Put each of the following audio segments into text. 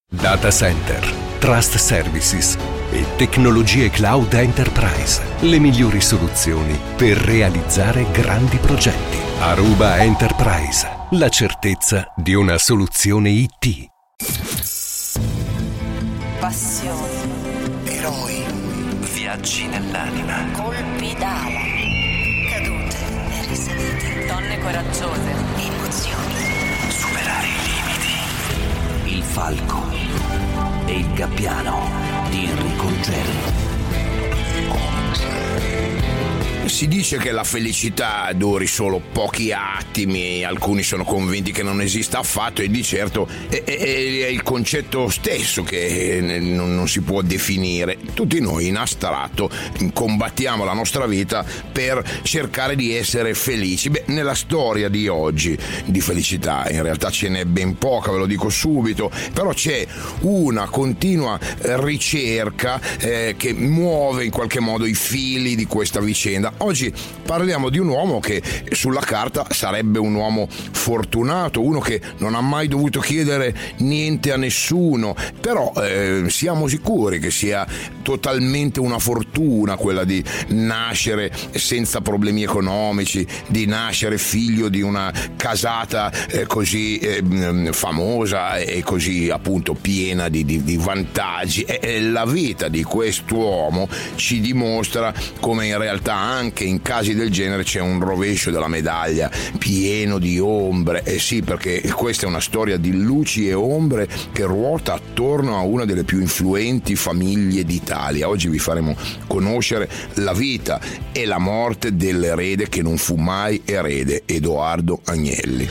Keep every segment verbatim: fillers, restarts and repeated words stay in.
Data center, trust services e tecnologie cloud enterprise. Le migliori soluzioni per realizzare grandi progetti. Aruba Enterprise, la certezza di una soluzione I T. Passioni, eroi, viaggi nell'anima, colpi d'ala, cadute e risalite, donne coraggiose, emozioni, superare i limiti. Il falco e il gabbiano di Enrico Ruggeri. Si dice che la felicità duri solo pochi attimi, alcuni sono convinti che non esista affatto e di certo è, è, è il concetto stesso che non, non si può definire. Tutti noi in astratto combattiamo la nostra vita per cercare di essere felici. Beh, nella storia di oggi di felicità in realtà ce n'è ben poca, ve lo dico subito, però c'è una continua ricerca eh, che muove in qualche modo i fili di questa vicenda. Oggi parliamo di un uomo che sulla carta sarebbe un uomo fortunato, uno che non ha mai dovuto chiedere niente a nessuno, però eh, siamo sicuri che sia totalmente una fortuna quella di nascere senza problemi economici, di nascere figlio di una casata eh, così eh, famosa e così appunto piena di, di, di vantaggi. E, e la vita di quest'uomo ci dimostra come in realtà anche Anche in casi del genere c'è un rovescio della medaglia pieno di ombre. Eh sì, perché questa è una storia di luci e ombre che ruota attorno a una delle più influenti famiglie d'Italia. Oggi vi faremo conoscere la vita e la morte dell'erede che non fu mai erede, Edoardo Agnelli.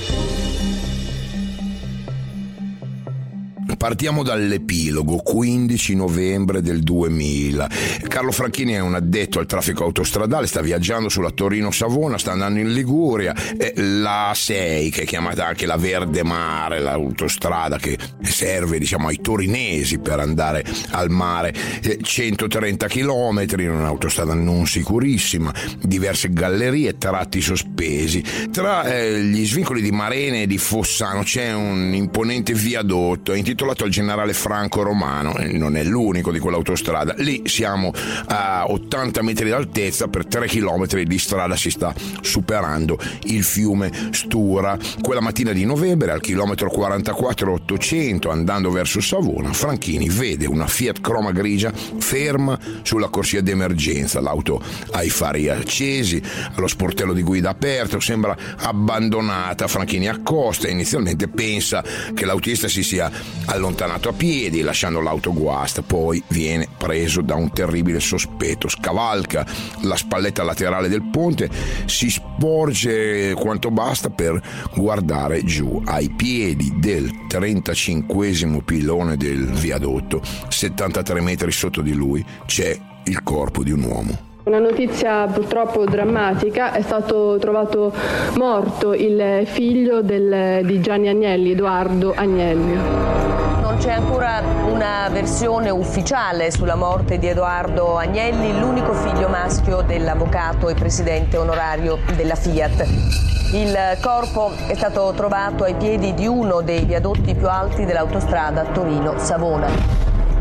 Partiamo dall'epilogo, quindici novembre del duemila. Carlo Franchini è un addetto al traffico autostradale, sta viaggiando sulla Torino-Savona, sta andando in Liguria, e la A sei, che è chiamata anche la Verde Mare, l'autostrada che serve diciamo ai torinesi per andare al mare, centotrenta chilometri in un'autostrada non sicurissima, diverse gallerie, tratti sospesi. Tra eh, gli svincoli di Marene e di Fossano c'è un imponente viadotto intitolato al generale Franco Romano, non è l'unico di quell'autostrada. Lì siamo a ottanta metri d'altezza, per tre chilometri di strada si sta superando il fiume Stura. Quella mattina di novembre, al chilometro quarantaquattro ottocento, andando verso Savona, Franchini vede una Fiat Croma grigia ferma sulla corsia d'emergenza. L'auto ha i fari accesi, ha lo sportello di guida aperto, sembra abbandonata. Franchini accosta e inizialmente pensa che l'autista si sia allontanato a piedi lasciando l'auto guasta, poi viene preso da un terribile sospetto, scavalca la spalletta laterale del ponte, si sporge quanto basta per guardare giù. Ai piedi del trentacinquesimo pilone del viadotto, settantatré metri sotto di lui, c'è il corpo di un uomo. Una notizia purtroppo drammatica: è stato trovato morto il figlio del, di Gianni Agnelli, Edoardo Agnelli. Non c'è ancora una versione ufficiale sulla morte di Edoardo Agnelli, l'unico figlio maschio dell'avvocato e presidente onorario della Fiat. Il corpo è stato trovato ai piedi di uno dei viadotti più alti dell'autostrada Torino-Savona.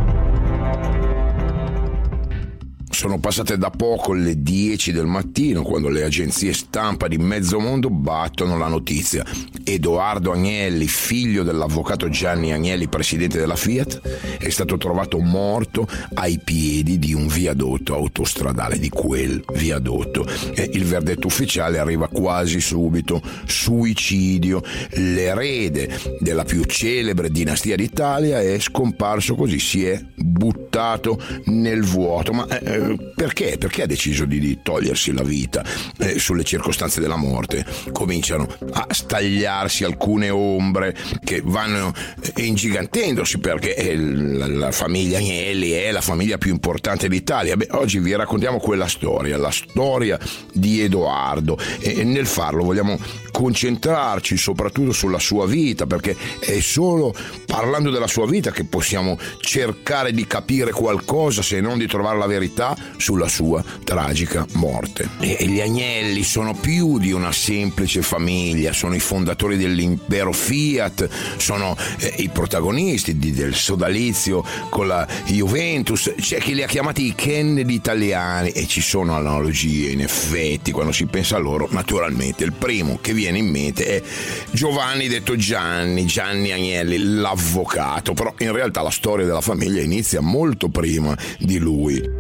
Sono passate da poco le dieci del mattino quando le agenzie stampa di mezzo mondo battono la notizia. Edoardo Agnelli, figlio dell'avvocato Gianni Agnelli, presidente della Fiat, è stato trovato morto ai piedi di un viadotto autostradale, di quel viadotto. E il verdetto ufficiale arriva quasi subito: suicidio. L'erede della più celebre dinastia d'Italia è scomparso così, si è buttato nel vuoto. Ma eh, perché? Perché ha deciso di, di togliersi la vita? Eh, sulle circostanze della morte cominciano a stagliarsi alcune ombre che vanno ingigantendosi, perché eh, la, la famiglia Agnelli è la famiglia più importante d'Italia. Beh, oggi vi raccontiamo quella storia, la storia di Edoardo, e nel farlo vogliamo concentrarci soprattutto sulla sua vita, perché è solo parlando della sua vita che possiamo cercare di capire qualcosa, se non di trovare la verità sulla sua tragica morte. E gli Agnelli sono più di una semplice famiglia, sono i fondatori dell'impero Fiat, sono eh, i protagonisti di, del sodalizio con la Juventus. C'è chi li ha chiamati i Kennedy italiani e ci sono analogie in effetti quando si pensa a loro. Naturalmente il primo che viene in mente è Giovanni detto Gianni, Gianni Agnelli, l'avvocato, però in realtà la storia della famiglia inizia molto prima di lui.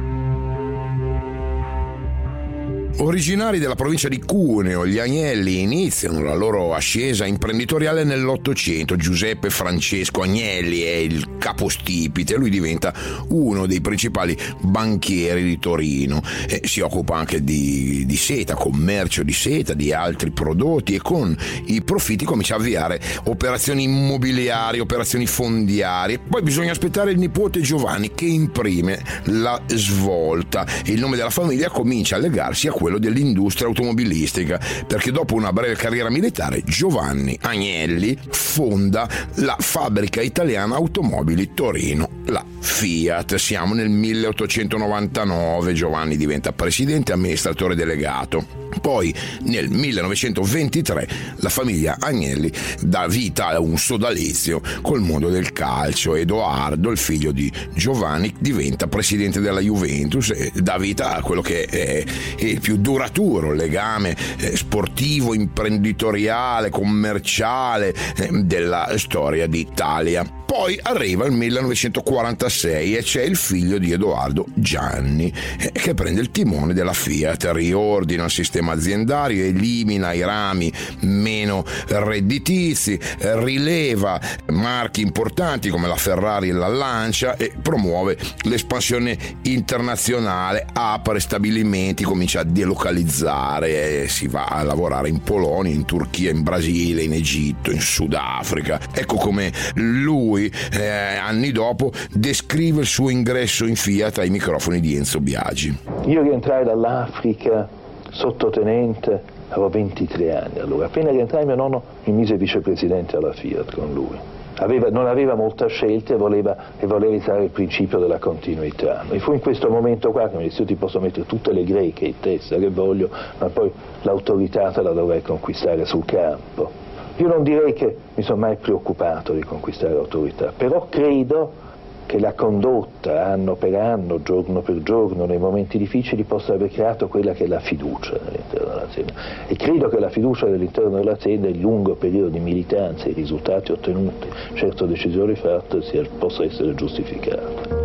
Originari della provincia di Cuneo, gli Agnelli iniziano la loro ascesa imprenditoriale nell'Ottocento. Giuseppe Francesco Agnelli è il capostipite, lui diventa uno dei principali banchieri di Torino e si occupa anche di, di seta, commercio di seta, di altri prodotti, e con i profitti comincia a avviare operazioni immobiliari, operazioni fondiarie. Poi bisogna aspettare il nipote Giovanni che imprime la svolta. Il nome della famiglia comincia a legarsi a quello dell'industria automobilistica, perché dopo una breve carriera militare Giovanni Agnelli fonda la fabbrica italiana automobili Torino, la Fiat. Siamo nel milleottocentonovantanove, Giovanni diventa presidente e amministratore delegato. Poi nel millenovecentoventitré la famiglia Agnelli dà vita a un sodalizio col mondo del calcio. Edoardo, il figlio di Giovanni, diventa presidente della Juventus e dà vita a quello che è il più duraturo legame sportivo, imprenditoriale, commerciale della storia d'Italia. Poi arriva il millenovecentoquarantasei e c'è il figlio di Edoardo, Gianni, che prende il timone della Fiat, riordina il sistema aziendario, elimina i rami meno redditizi, rileva marchi importanti come la Ferrari e la Lancia e promuove l'espansione internazionale, apre stabilimenti, comincia a delocalizzare e si va a lavorare in Polonia, in Turchia, in Brasile, in Egitto, in Sudafrica. Ecco come lui Eh, anni dopo descrive il suo ingresso in Fiat ai microfoni di Enzo Biagi. Io rientrai dall'Africa sottotenente, avevo ventitré anni allora. Appena rientrai mio nonno mi mise vicepresidente alla Fiat con lui. Aveva, non aveva molta scelta e voleva, e voleva usare il principio della continuità. E fu in questo momento qua che mi disse: io ti posso mettere tutte le greche in testa che voglio, ma poi l'autorità te la dovrai conquistare sul campo. Io non direi che mi sono mai preoccupato di conquistare l'autorità, però credo che la condotta anno per anno, giorno per giorno, nei momenti difficili possa aver creato quella che è la fiducia all'interno dell'azienda. E credo che la fiducia all'interno dell'azienda, il lungo periodo di militanza, i risultati ottenuti, certe decisioni fatte, sia, possa essere giustificata.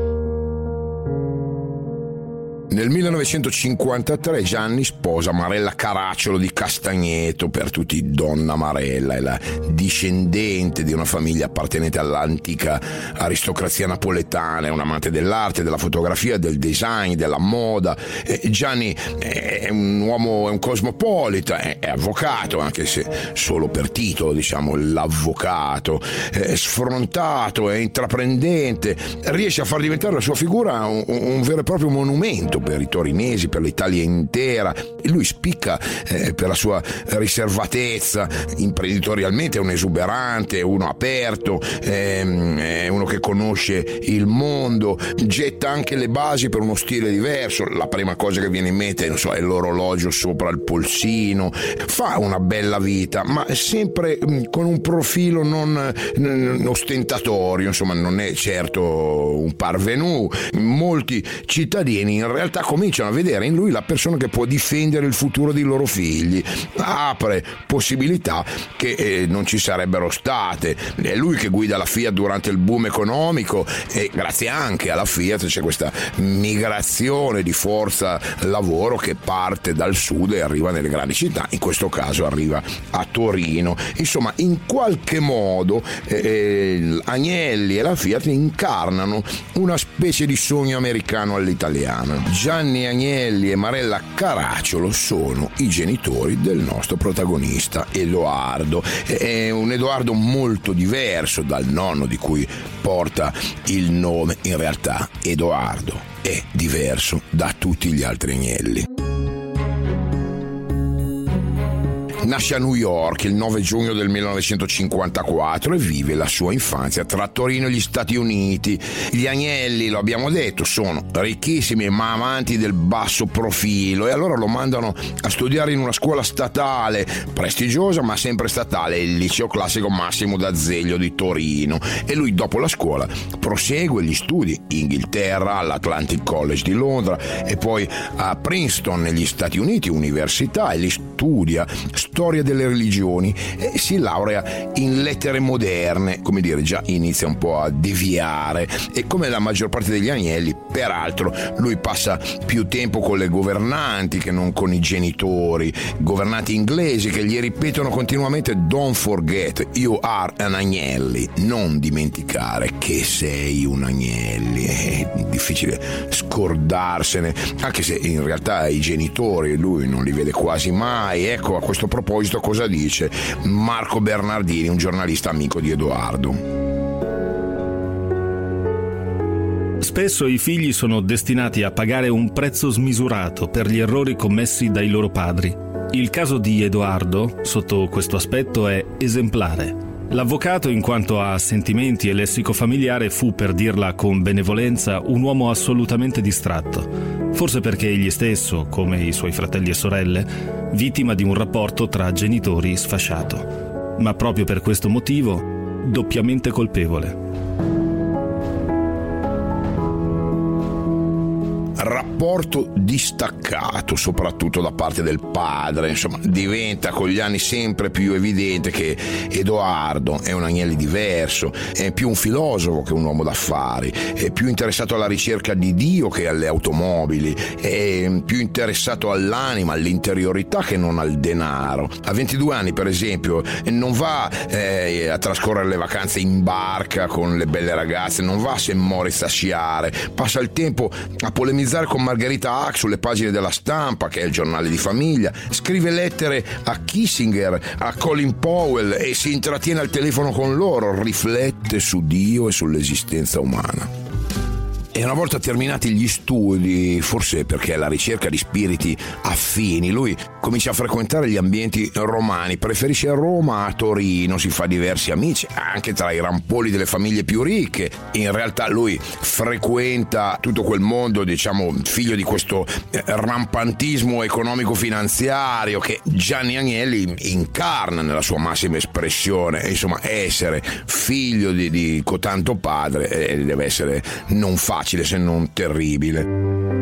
Nel millenovecentocinquantatré Gianni sposa Marella Caracciolo di Castagneto, per tutti donna Marella, è la discendente di una famiglia appartenente all'antica aristocrazia napoletana, è un amante dell'arte, della fotografia, del design, della moda. Eh, Gianni è un uomo, è un cosmopolita, è, è avvocato, anche se solo per titolo, diciamo, l'avvocato, è sfrontato, è intraprendente, riesce a far diventare la sua figura un, un vero e proprio monumento per i torinesi, per l'Italia intera. E lui spicca eh, per la sua riservatezza, imprenditorialmente è un esuberante, uno aperto, ehm, è uno che conosce il mondo, getta anche le basi per uno stile diverso. La prima cosa che viene in mente, non so, è l'orologio sopra il polsino. Fa una bella vita, ma sempre mh, con un profilo non, non ostentatorio, insomma non è certo un parvenu. Molti cittadini in realtà cominciano a vedere in lui la persona che può difendere il futuro dei loro figli, apre possibilità che eh, non ci sarebbero state. È lui che guida la Fiat durante il boom economico e grazie anche alla Fiat c'è questa migrazione di forza lavoro che parte dal sud e arriva nelle grandi città, in questo caso arriva a Torino. Insomma, in qualche modo eh, Agnelli e la Fiat incarnano una specie di sogno americano all'italiana. Gianni Agnelli e Marella Caracciolo sono i genitori del nostro protagonista Edoardo. È un Edoardo molto diverso dal nonno di cui porta il nome. In realtà Edoardo è diverso da tutti gli altri Agnelli. nasce a New York il nove giugno del millenovecentocinquantaquattro e vive la sua infanzia tra Torino e gli Stati Uniti. Gli Agnelli, lo abbiamo detto, sono ricchissimi ma amanti del basso profilo, e allora lo mandano a studiare in una scuola statale, prestigiosa ma sempre statale, il liceo classico Massimo d'Azeglio di Torino, e lui dopo la scuola prosegue gli studi in Inghilterra, all'Atlantic College di Londra e poi a Princeton negli Stati Uniti, università, e li studia storia delle religioni e si laurea in lettere moderne. Come dire, già inizia un po' a deviare, e come la maggior parte degli Agnelli, peraltro, lui passa più tempo con le governanti che non con i genitori, governanti inglesi che gli ripetono continuamente "don't forget you are an Agnelli", non dimenticare che sei un Agnelli. È difficile scordarsene, anche se in realtà i genitori lui non li vede quasi mai. Ecco, a questo proposito cosa dice Marco Bernardini, un giornalista amico di Edoardo. Spesso i figli sono destinati a pagare un prezzo smisurato per gli errori commessi dai loro padri. Il caso di Edoardo, sotto questo aspetto, è esemplare. L'avvocato, in quanto a sentimenti e lessico familiare, fu, per dirla con benevolenza, un uomo assolutamente distratto. Forse perché egli stesso, come i suoi fratelli e sorelle, vittima di un rapporto tra genitori sfasciato. Ma proprio per questo motivo, doppiamente colpevole. Rapporto distaccato, soprattutto da parte del padre. Insomma, diventa con gli anni sempre più evidente che Edoardo è un Agnelli diverso, è più un filosofo che un uomo d'affari, è più interessato alla ricerca di Dio che alle automobili, è più interessato all'anima, all'interiorità che non al denaro. A ventidue anni, per esempio, non va eh, a trascorrere le vacanze in barca con le belle ragazze, non va a Saint Moritz a sciare, passa il tempo a polemizzare con Margherita Hack sulle pagine della Stampa, che è il giornale di famiglia, scrive lettere a Kissinger, a Colin Powell e si intrattiene al telefono con loro, riflette su Dio e sull'esistenza umana. E una volta terminati gli studi, forse perché alla ricerca di spiriti affini, lui comincia a frequentare gli ambienti romani, preferisce Roma a Torino, si fa diversi amici, anche tra i rampoli delle famiglie più ricche. In realtà lui frequenta tutto quel mondo, diciamo, figlio di questo rampantismo economico-finanziario che Gianni Agnelli incarna nella sua massima espressione. E insomma, essere figlio di, di cotanto padre eh, deve essere non facile, se non terribile.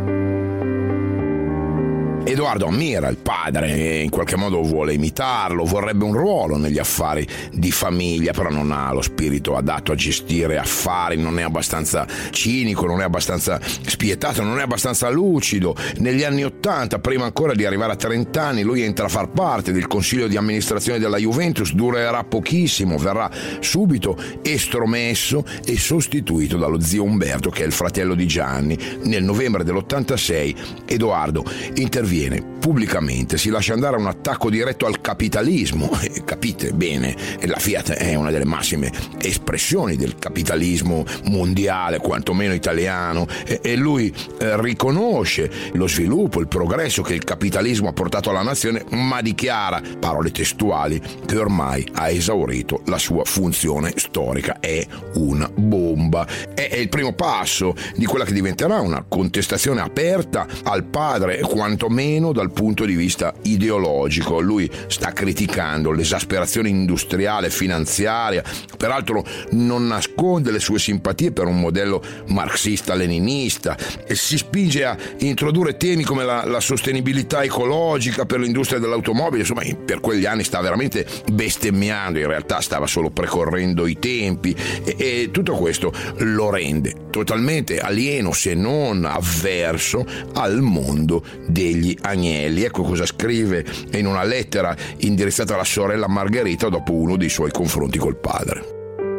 Edoardo ammira il padre e in qualche modo vuole imitarlo, vorrebbe un ruolo negli affari di famiglia, però non ha lo spirito adatto a gestire affari, non è abbastanza cinico, non è abbastanza spietato, non è abbastanza lucido. Negli anni ottanta, prima ancora di arrivare a trenta anni, lui entra a far parte del consiglio di amministrazione della Juventus, durerà pochissimo, verrà subito estromesso e sostituito dallo zio Umberto, che è il fratello di Gianni. Nel novembre dell'ottantasei Edoardo interviene pubblicamente, si lascia andare a un attacco diretto al capitalismo. E capite bene, la Fiat è una delle massime espressioni del capitalismo mondiale, quantomeno italiano, e, e lui eh, riconosce lo sviluppo, il progresso che il capitalismo ha portato alla nazione, ma dichiara, parole testuali, che ormai ha esaurito la sua funzione storica, è una bomba. È, è il primo passo di quella che diventerà una contestazione aperta al padre, quantomeno dal punto di vista ideologico. Lui sta criticando l'esasperazione industriale e finanziaria, peraltro non nasconde le sue simpatie per un modello marxista-leninista e si spinge a introdurre temi come la, la sostenibilità ecologica per l'industria dell'automobile. Insomma, per quegli anni sta veramente bestemmiando, in realtà stava solo precorrendo i tempi, e, e tutto questo lo rende totalmente alieno, se non avverso, al mondo degli Agnelli. Ecco cosa scrive in una lettera indirizzata alla sorella Margherita dopo uno dei suoi confronti col padre.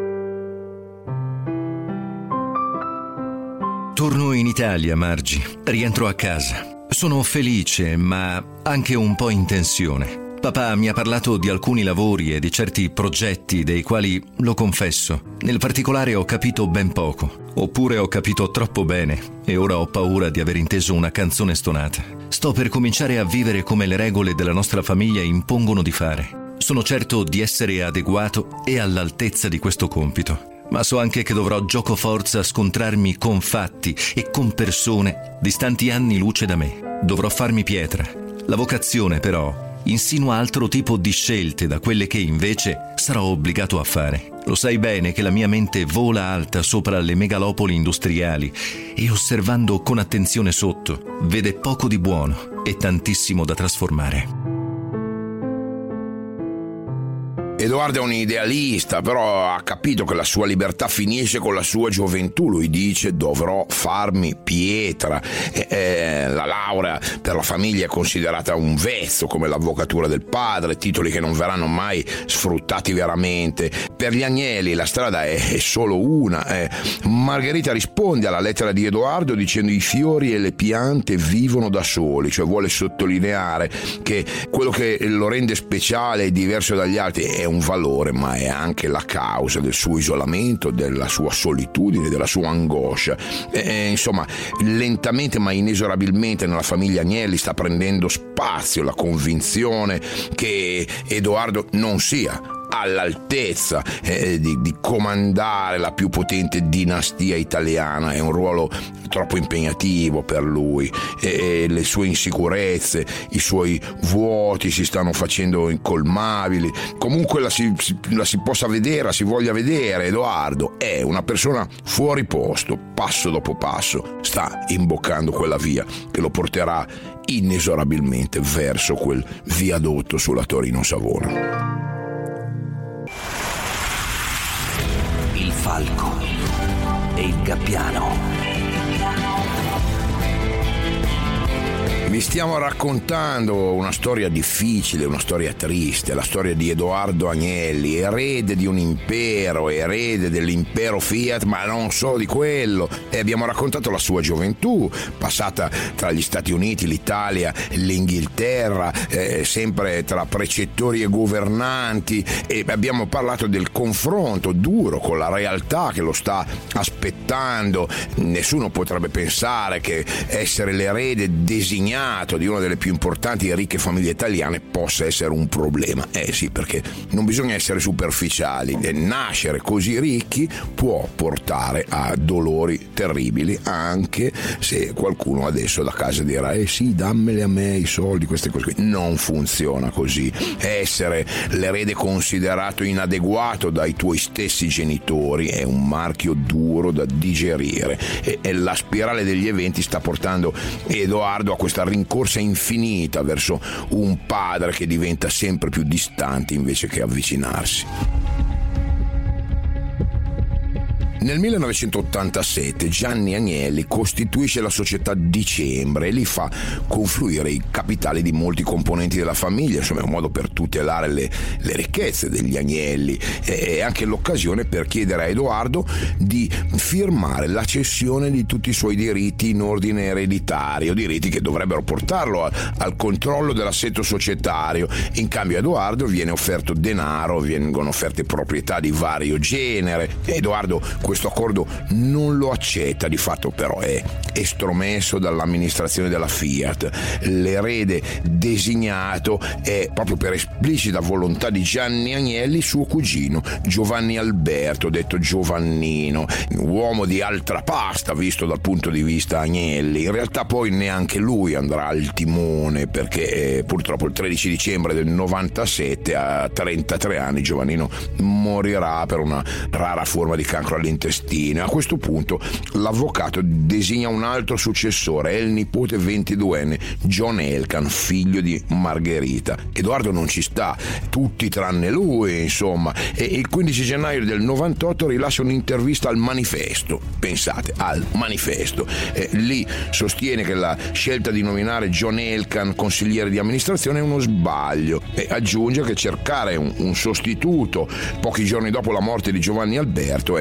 Torno in Italia, Margi. Rientro a casa. Sono felice, ma anche un po' in tensione. Papà mi ha parlato di alcuni lavori e di certi progetti dei quali, lo confesso, nel particolare ho capito ben poco, oppure ho capito troppo bene e ora ho paura di aver inteso una canzone stonata. Sto per cominciare a vivere come le regole della nostra famiglia impongono di fare. Sono certo di essere adeguato e all'altezza di questo compito, ma so anche che dovrò giocoforza scontrarmi con fatti e con persone distanti anni luce da me. Dovrò farmi pietra. La vocazione, però, insinua altro tipo di scelte da quelle che invece sarò obbligato a fare. Lo sai bene che la mia mente vola alta sopra le megalopoli industriali e, osservando con attenzione sotto, vede poco di buono e tantissimo da trasformare. Edoardo è un idealista, però ha capito che la sua libertà finisce con la sua gioventù. Lui dice: dovrò farmi pietra. E, e, la laurea per la famiglia è considerata un vezzo, come l'avvocatura del padre, titoli che non verranno mai sfruttati veramente. Per gli Agnelli la strada è, è solo una. Eh. Margherita risponde alla lettera di Edoardo dicendo: i fiori e le piante vivono da soli, cioè vuole sottolineare che quello che lo rende speciale e diverso dagli altri è un valore, ma è anche la causa del suo isolamento, della sua solitudine, della sua angoscia. E, insomma, lentamente ma inesorabilmente nella famiglia Agnelli sta prendendo spazio la convinzione che Edoardo non sia all'altezza eh, di, di comandare la più potente dinastia italiana. È un ruolo troppo impegnativo per lui e, e le sue insicurezze, i suoi vuoti si stanno facendo incolmabili. Comunque la si, si, la si possa vedere, la si voglia vedere, Edoardo è una persona fuori posto. Passo dopo passo sta imboccando quella via che lo porterà inesorabilmente verso quel viadotto sulla Torino-Savona. Il falco e il gabbiano. Vi stiamo raccontando una storia difficile, una storia triste, la storia di Edoardo Agnelli, erede di un impero, erede dell'impero Fiat, ma non solo di quello. E abbiamo raccontato la sua gioventù, passata tra gli Stati Uniti, l'Italia, l'Inghilterra, eh, sempre tra precettori e governanti, e abbiamo parlato del confronto duro con la realtà che lo sta aspettando. Nessuno potrebbe pensare che essere l'erede designato di una delle più importanti e ricche famiglie italiane possa essere un problema. Eh sì, perché non bisogna essere superficiali. E nascere così ricchi può portare a dolori terribili, anche se qualcuno adesso da casa dirà: eh sì, dammeli a me i soldi, queste cose qui. Non funziona così. Essere l'erede considerato inadeguato dai tuoi stessi genitori è un marchio duro da digerire, e, e la spirale degli eventi sta portando Edoardo a questa rincorsa infinita verso un padre che diventa sempre più distante invece che avvicinarsi. Nel millenovecentottantasette Gianni Agnelli costituisce la società Dicembre e lì fa confluire i capitali di molti componenti della famiglia, insomma è un modo per tutelare le, le ricchezze degli Agnelli e anche l'occasione per chiedere a Edoardo di firmare la cessione di tutti i suoi diritti in ordine ereditario, diritti che dovrebbero portarlo a, al controllo dell'assetto societario. In cambio a Edoardo viene offerto denaro, vengono offerte proprietà di vario genere. Edoardo questo accordo non lo accetta, di fatto però è estromesso dall'amministrazione della Fiat. L'erede designato è, proprio per esplicita volontà di Gianni Agnelli, suo cugino Giovanni Alberto, detto Giovannino, uomo di altra pasta visto dal punto di vista Agnelli. In realtà poi neanche lui andrà al timone, perché eh, purtroppo il tredici dicembre del novantasette, a trentatré anni, Giovannino morirà per una rara forma di cancro all'intestino. A questo punto l'avvocato designa un altro successore, è il nipote ventiduenne John Elkann, figlio di Margherita. Edoardo non ci sta, tutti tranne lui, insomma, e il quindici gennaio del novantotto rilascia un'intervista al Manifesto. Pensate, al Manifesto. E lì sostiene che la scelta di nominare John Elkann consigliere di amministrazione è uno sbaglio e aggiunge che cercare un, un sostituto pochi giorni dopo la morte di Giovanni Alberto è una caduta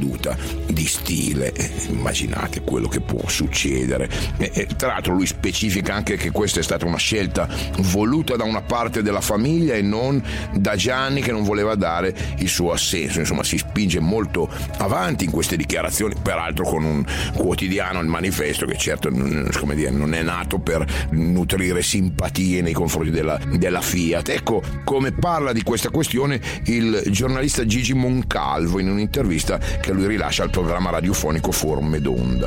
caduta di stile. Eh, immaginate quello che può succedere. Eh, eh, tra l'altro lui specifica anche che questa è stata una scelta voluta da una parte della famiglia e non da Gianni, che non voleva dare il suo assenso. Insomma, si spinge molto avanti in queste dichiarazioni, peraltro con un quotidiano, il Manifesto, che certo come dire, non è nato per nutrire simpatie nei confronti della, della Fiat. Ecco come parla di questa questione il giornalista Gigi Moncalvo in un'intervista che lui rilascia al programma radiofonico Forme d'Onda.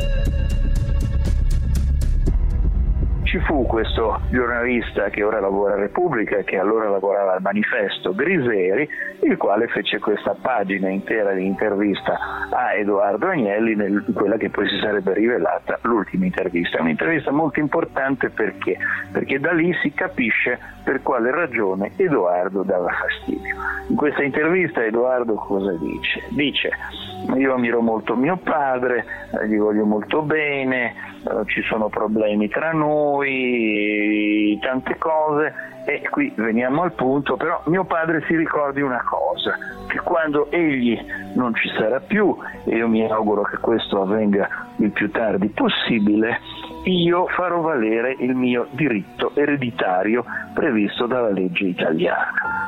Ci fu questo giornalista che ora lavora a Repubblica e che allora lavorava al Manifesto, Griseri, il quale fece questa pagina intera di intervista a Edoardo Agnelli, nel, quella che poi si sarebbe rivelata l'ultima intervista. È un'intervista molto importante perché? Perché da lì si capisce per quale ragione Edoardo dava fastidio. In questa intervista Edoardo cosa dice? Dice: io ammiro molto mio padre, gli voglio molto bene, ci sono problemi tra noi, tante cose, e qui veniamo al punto. Però mio padre si ricordi una cosa, che quando egli non ci sarà più, e io mi auguro che questo avvenga il più tardi possibile, io farò valere il mio diritto ereditario previsto dalla legge italiana.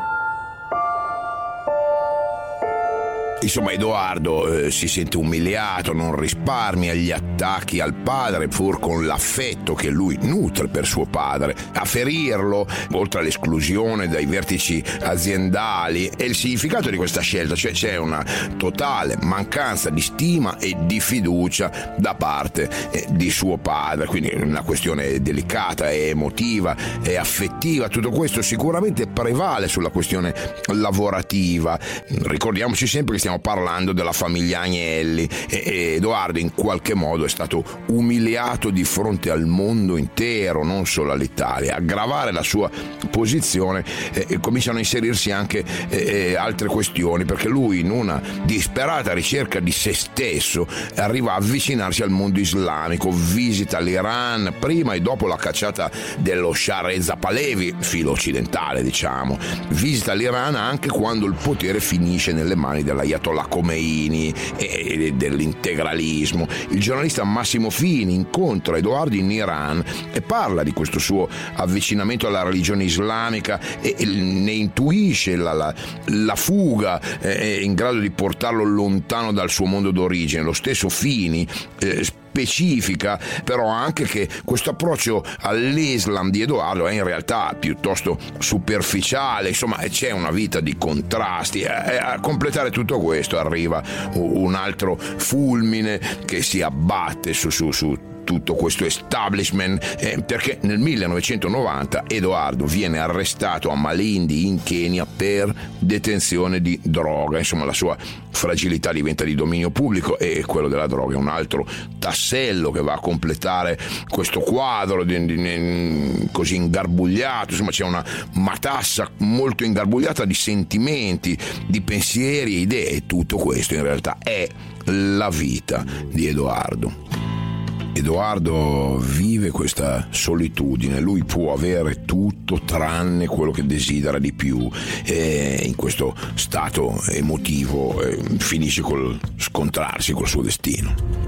Insomma, Edoardo eh, si sente umiliato, non risparmia gli attacchi al padre, pur con l'affetto che lui nutre per suo padre. A ferirlo, oltre all'esclusione dai vertici aziendali, è il significato di questa scelta, cioè c'è una totale mancanza di stima e di fiducia da parte eh, di suo padre, quindi una questione delicata, è emotiva, è affettiva. Tutto questo sicuramente prevale sulla questione lavorativa. Ricordiamoci sempre che stiamo parlando della famiglia Agnelli e Edoardo in qualche modo è stato umiliato di fronte al mondo intero, non solo all'Italia. A aggravare la sua posizione eh, cominciano a inserirsi anche eh, altre questioni, perché lui, in una disperata ricerca di se stesso, arriva a avvicinarsi al mondo islamico, visita l'Iran prima e dopo la cacciata dello Shah Reza Pahlavi, filo occidentale diciamo, visita l'Iran anche quando il potere finisce nelle mani dell'Ayatollah Khomeini e dell'integralismo. Il giornalista Massimo Fini incontra Edoardo in Iran e parla di questo suo avvicinamento alla religione islamica e, e ne intuisce la, la, la fuga eh, in grado di portarlo lontano dal suo mondo d'origine. Lo stesso Fini eh, specifica però anche che questo approccio all'Islam di Edoardo è in realtà piuttosto superficiale, insomma c'è una vita di contrasti. E a completare tutto questo arriva un altro fulmine che si abbatte su, su, su tutto questo establishment, eh, perché nel millenovecentonovanta Edoardo viene arrestato a Malindi in Kenya per detenzione di droga. Insomma, la sua fragilità diventa di dominio pubblico e quello della droga è un altro tassello che va a completare questo quadro di, di, di, così ingarbugliato. Insomma, c'è una matassa molto ingarbugliata di sentimenti, di pensieri, idee, e tutto questo in realtà è la vita di Edoardo. Edoardo vive questa solitudine, lui può avere tutto tranne quello che desidera di più, e in questo stato emotivo eh, finisce col scontrarsi col suo destino.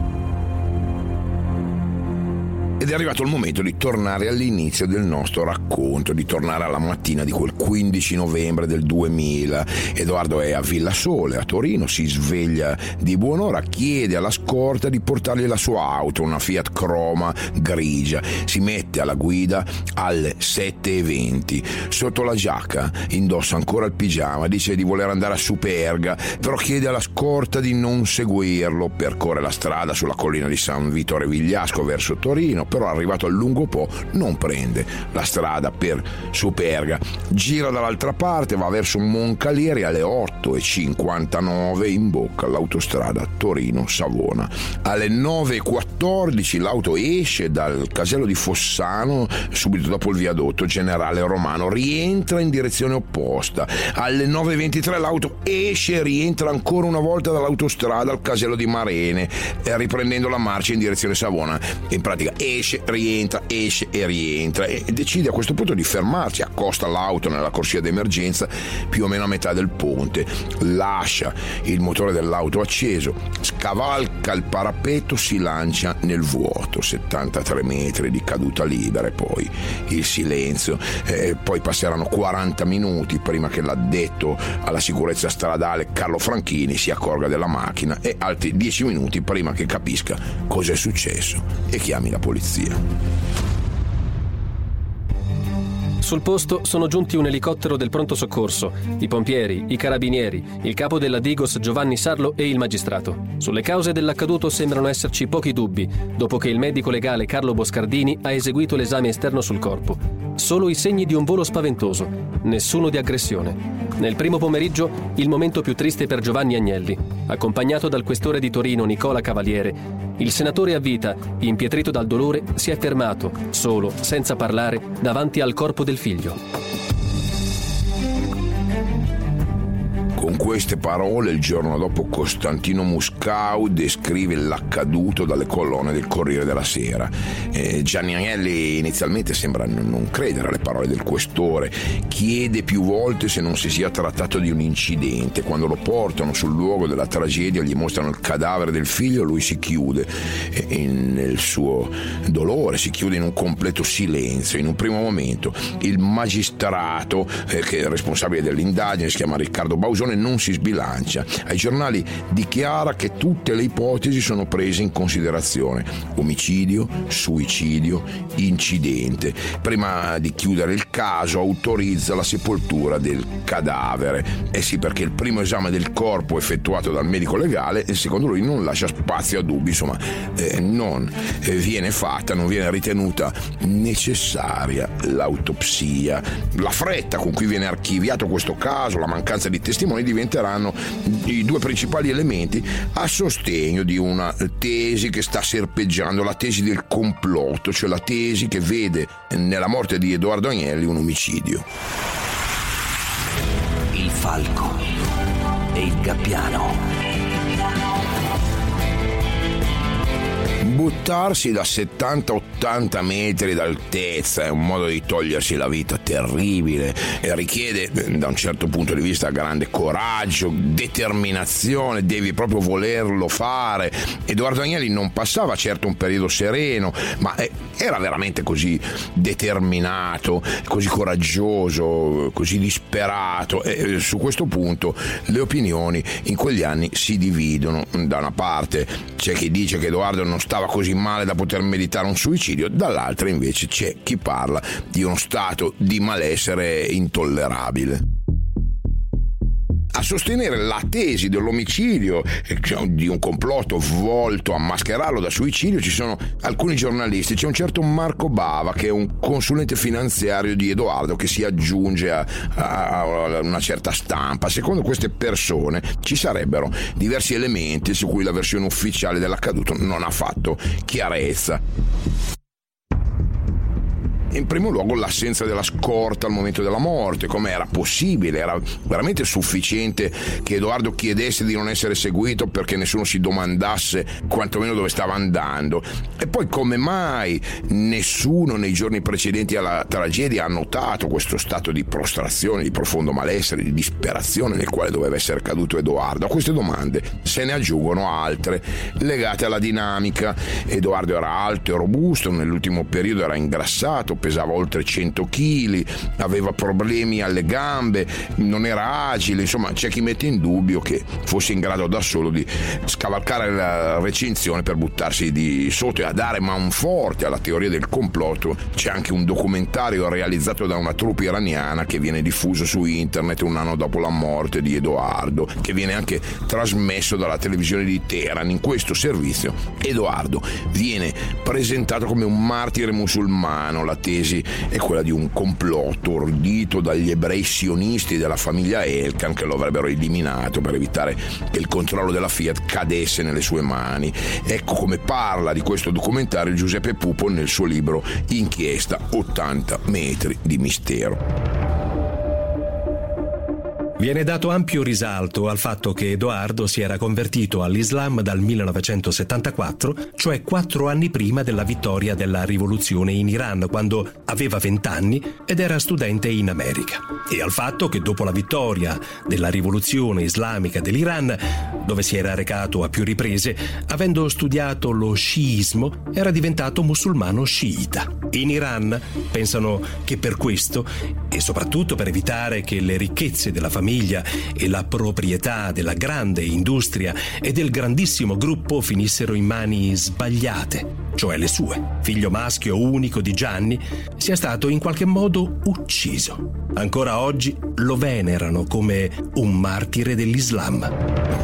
Ed è arrivato il momento di tornare all'inizio del nostro racconto, di tornare alla mattina di quel quindici novembre del duemila. Edoardo è a Villa Sole, a Torino, si sveglia di buon'ora, chiede alla scorta di portargli la sua auto, una Fiat Croma grigia. Si mette alla guida alle sette e venti. Sotto la giacca indossa ancora il pigiama, dice di voler andare a Superga, però chiede alla scorta di non seguirlo. Percorre la strada sulla collina di San Vittore Vigliasco verso Torino, però arrivato al Lungo Po non prende la strada per Superga, gira dall'altra parte, va verso Moncalieri. Alle otto e cinquantanove imbocca l'autostrada Torino-Savona. Alle nove e quattordici l'auto esce dal casello di Fossano, subito dopo il viadotto Generale Romano, rientra in direzione opposta. Alle nove e ventitré l'auto esce e rientra ancora una volta dall'autostrada al casello di Marene, riprendendo la marcia in direzione Savona. In pratica esce, rientra, esce e rientra e decide a questo punto di fermarsi, accosta l'auto nella corsia d'emergenza più o meno a metà del ponte, lascia il motore dell'auto acceso, scavalca il parapetto, si lancia nel vuoto, settantatré metri di caduta libera e poi il silenzio. Eh, poi passeranno quaranta minuti prima che l'addetto alla sicurezza stradale Carlo Franchini si accorga della macchina e altri dieci minuti prima che capisca cosa è successo e chiami la polizia. Sul posto sono giunti un elicottero del pronto soccorso, i pompieri, i carabinieri, il capo della Digos Giovanni Sarlo e il magistrato. Sulle cause dell'accaduto sembrano esserci pochi dubbi, dopo che il medico legale Carlo Boscardini ha eseguito l'esame esterno sul corpo. Solo i segni di un volo spaventoso, nessuno di aggressione. Nel primo pomeriggio, il momento più triste per Giovanni Agnelli. Accompagnato dal questore di Torino Nicola Cavaliere, il senatore a vita, impietrito dal dolore, si è fermato, solo, senza parlare, davanti al corpo del figlio. Con queste parole il giorno dopo Costantino Muscau descrive l'accaduto dalle colonne del Corriere della Sera. Eh, Gianni Agnelli inizialmente sembra non credere alle parole del questore, chiede più volte se non si sia trattato di un incidente. Quando lo portano sul luogo della tragedia, gli mostrano il cadavere del figlio, lui si chiude eh, nel suo dolore, si chiude in un completo silenzio. In un primo momento il magistrato eh, che è responsabile dell'indagine, si chiama Riccardo Bausone, non si sbilancia. Ai giornali dichiara che tutte le ipotesi sono prese in considerazione: omicidio, suicidio, incidente. Prima di chiudere il caso autorizza la sepoltura del cadavere. Eh sì, perché il primo esame del corpo effettuato dal medico legale secondo lui non lascia spazio a dubbi, insomma eh, non eh, viene fatta, non viene ritenuta necessaria l'autopsia. La fretta con cui viene archiviato questo caso, la mancanza di testimoni diventeranno i due principali elementi a sostegno di una tesi che sta serpeggiando, la tesi del complotto, cioè la tesi che vede nella morte di Edoardo Agnelli un omicidio. Il falco e il gabbiano. Buttarsi da settanta ottanta metri d'altezza è un modo di togliersi la vita terribile e richiede da un certo punto di vista grande coraggio, determinazione, devi proprio volerlo fare. Edoardo Agnelli non passava certo un periodo sereno, ma era veramente così determinato, così coraggioso, così disperato, e su questo punto le opinioni in quegli anni si dividono. Da una parte c'è chi dice che Edoardo non stava così male da poter meditare un suicidio, dall'altra invece c'è chi parla di uno stato di malessere intollerabile. A sostenere la tesi dell'omicidio, di un complotto volto a mascherarlo da suicidio, ci sono alcuni giornalisti. C'è un certo Marco Bava, che è un consulente finanziario di Edoardo, che si aggiunge a, a, a una certa stampa. Secondo queste persone ci sarebbero diversi elementi su cui la versione ufficiale dell'accaduto non ha fatto chiarezza. In primo luogo l'assenza della scorta al momento della morte. Come era possibile? Era veramente sufficiente che Edoardo chiedesse di non essere seguito perché nessuno si domandasse quantomeno dove stava andando? E poi come mai nessuno nei giorni precedenti alla tragedia ha notato questo stato di prostrazione, di profondo malessere, di disperazione nel quale doveva essere caduto Edoardo? A queste domande se ne aggiungono altre legate alla dinamica. Edoardo era alto e robusto, nell'ultimo periodo era ingrassato, pesava oltre cento chili, aveva problemi alle gambe, non era agile. Insomma, c'è chi mette in dubbio che fosse in grado da solo di scavalcare la recinzione per buttarsi di sotto. E a dare manforte alla teoria del complotto c'è anche un documentario realizzato da una troupe iraniana che viene diffuso su internet un anno dopo la morte di Edoardo, che viene anche trasmesso dalla televisione di Teheran. In questo servizio Edoardo viene presentato come un martire musulmano. La tesi è quella di un complotto ordito dagli ebrei sionisti della famiglia Elkan, che lo avrebbero eliminato per evitare che il controllo della Fiat cadesse nelle sue mani. Ecco come parla di questo documentario Giuseppe Pupo nel suo libro Inchiesta ottanta metri di mistero. Viene dato ampio risalto al fatto che Edoardo si era convertito all'Islam dal millenovecentosettantaquattro, cioè quattro anni prima della vittoria della rivoluzione in Iran, quando aveva vent'anni ed era studente in America. E al fatto che dopo la vittoria della rivoluzione islamica dell'Iran, dove si era recato a più riprese, avendo studiato lo sciismo, era diventato musulmano sciita. In Iran pensano che per questo, e soprattutto per evitare che le ricchezze della famiglia e la proprietà della grande industria e del grandissimo gruppo finissero in mani sbagliate, cioè le sue, figlio maschio unico di Gianni, sia stato in qualche modo ucciso. Ancora oggi lo venerano come un martire dell'Islam.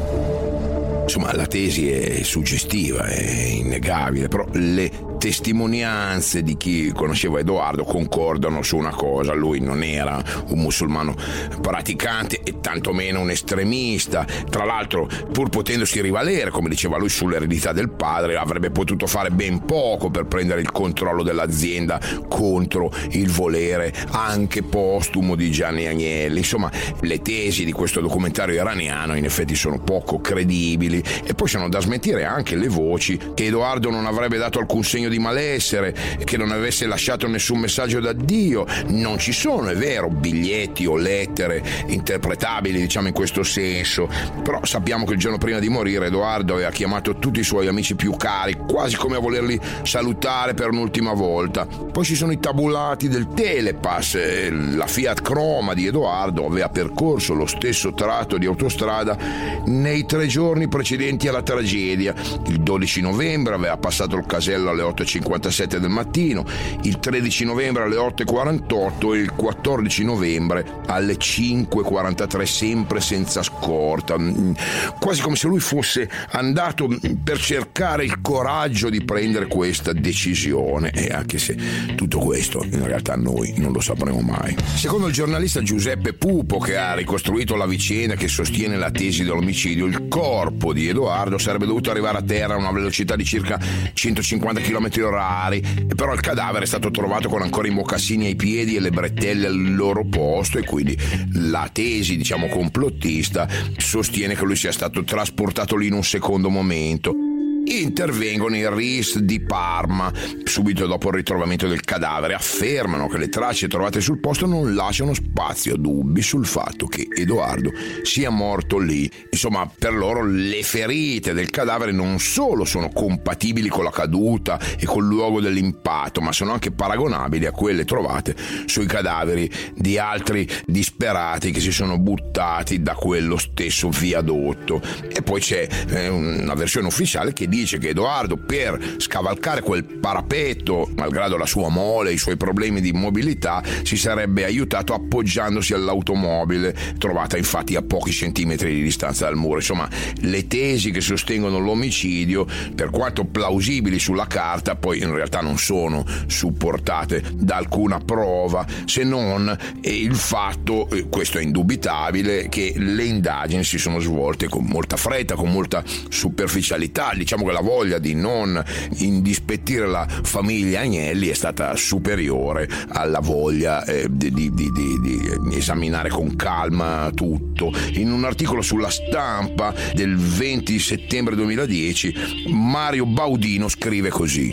Insomma, la tesi è suggestiva, è innegabile, però le testimonianze di chi conosceva Edoardo concordano su una cosa: lui non era un musulmano praticante e tantomeno un estremista. Tra l'altro, pur potendosi rivalere, come diceva lui, sull'eredità del padre, avrebbe potuto fare ben poco per prendere il controllo dell'azienda contro il volere anche postumo di Gianni Agnelli. Insomma, le tesi di questo documentario iraniano in effetti sono poco credibili, e poi sono da smentire anche le voci che Edoardo non avrebbe dato alcun segno di malessere, che non avesse lasciato nessun messaggio d'addio. Non ci sono, è vero, biglietti o lettere interpretabili, diciamo, in questo senso, però sappiamo che il giorno prima di morire Edoardo aveva chiamato tutti i suoi amici più cari, quasi come a volerli salutare per un'ultima volta. Poi ci sono i tabulati del Telepass. La Fiat Croma di Edoardo aveva percorso lo stesso tratto di autostrada nei tre giorni precedenti alla tragedia. Il dodici novembre aveva passato il casello alle otto e cinquantasette del mattino, il tredici novembre alle otto e quarantotto e il quattordici novembre alle cinque e quarantatré, sempre senza scorta, quasi come se lui fosse andato per cercare il coraggio di prendere questa decisione, e anche se tutto questo in realtà noi non lo sapremo mai. Secondo il giornalista Giuseppe Pupo, che ha ricostruito la vicenda che sostiene la tesi dell'omicidio, il corpo di Edoardo sarebbe dovuto arrivare a terra a una velocità di circa centocinquanta chilometri orari, e però il cadavere è stato trovato con ancora i mocassini ai piedi e le bretelle al loro posto, e quindi la tesi, diciamo, complottista sostiene che lui sia stato trasportato lì in un secondo momento. Intervengono i R I S di Parma subito dopo il ritrovamento del cadavere, affermano che le tracce trovate sul posto non lasciano spazio a dubbi sul fatto che Edoardo sia morto lì. Insomma, per loro le ferite del cadavere non solo sono compatibili con la caduta e col luogo dell'impatto, ma sono anche paragonabili a quelle trovate sui cadaveri di altri disperati che si sono buttati da quello stesso viadotto. E poi c'è eh, una versione ufficiale che dice che Edoardo, per scavalcare quel parapetto, malgrado la sua mole e i suoi problemi di mobilità, si sarebbe aiutato appoggiandosi all'automobile, trovata infatti a pochi centimetri di distanza dal muro. Insomma, le tesi che sostengono l'omicidio, per quanto plausibili sulla carta, poi in realtà non sono supportate da alcuna prova, se non il fatto, questo è indubitabile, che le indagini si sono svolte con molta fretta, con molta superficialità. Diciamo che la voglia di non indispettire la famiglia Agnelli è stata superiore alla voglia eh, di, di, di, di esaminare con calma tutto. In un articolo sulla Stampa del venti settembre duemiladieci, Mario Baudino scrive così: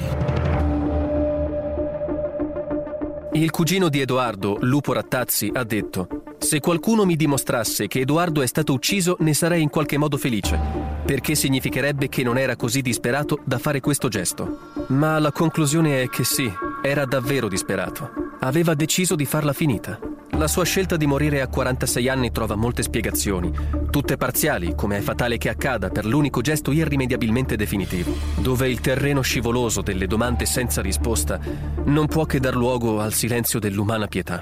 il cugino di Edoardo, Lupo Rattazzi, ha detto: se qualcuno mi dimostrasse che Edoardo è stato ucciso, ne sarei in qualche modo felice, perché significherebbe che non era così disperato da fare questo gesto. Ma la conclusione è che sì, era davvero disperato. Aveva deciso di farla finita. La sua scelta di morire a quarantasei anni trova molte spiegazioni, tutte parziali, come è fatale che accada per l'unico gesto irrimediabilmente definitivo, dove il terreno scivoloso delle domande senza risposta non può che dar luogo al silenzio dell'umana pietà.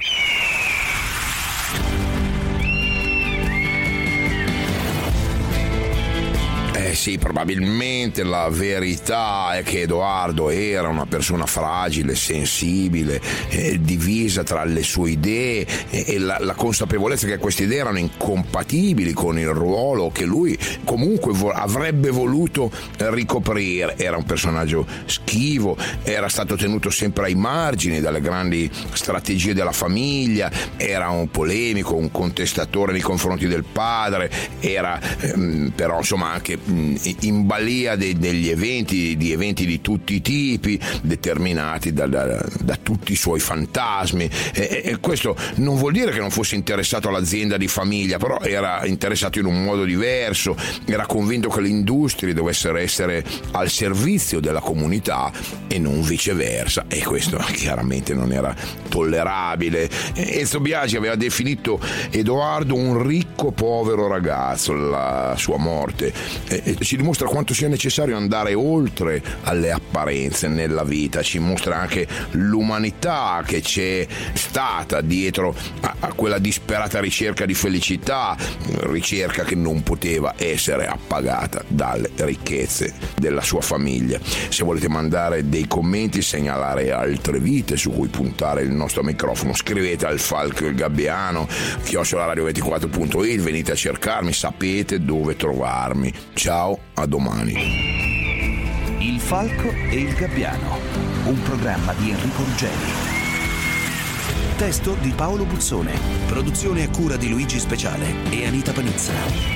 Eh sì, probabilmente la verità è che Edoardo era una persona fragile, sensibile, eh, divisa tra le sue idee e, e la, la consapevolezza che queste idee erano incompatibili con il ruolo che lui comunque vo- avrebbe voluto ricoprire. Era un personaggio schivo, era stato tenuto sempre ai margini dalle grandi strategie della famiglia, era un polemico, un contestatore nei confronti del padre, era ehm, però insomma anche mh, in balia de- degli eventi, di eventi di tutti i tipi, determinati da, da, da tutti i suoi fantasmi, e, e questo non vuol dire che non fosse interessato all'azienda di famiglia, però era interessato in un modo diverso, era convinto che l'industria dovesse essere al servizio della comunità e non viceversa, e questo chiaramente non era tollerabile. Enzo Biagi aveva definito Edoardo un ricco povero ragazzo. La sua morte eh, ci dimostra quanto sia necessario andare oltre alle apparenze nella vita, ci mostra anche l'umanità che c'è stata dietro a, a quella disperata ricerca di felicità, ricerca che non poteva essere appagata dalle ricchezze della sua famiglia. Se volete mandare dei commenti, segnalare altre vite su cui puntare il nostro microfono, scrivete al Falco il Gabbiano chiocciola radio ventiquattro punto it, venite a cercarmi, sapete dove trovarmi. Ciao, a domani. Il Falco e il Gabbiano, un programma di Enrico Ruggeri. Testo di Paolo Buzzone, produzione a cura di Luigi Speciale e Anita Panizza.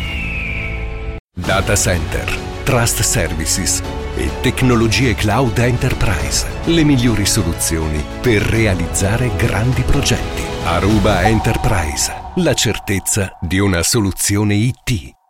Data Center, Trust Services e tecnologie cloud enterprise. Le migliori soluzioni per realizzare grandi progetti. Aruba Enterprise, la certezza di una soluzione I T.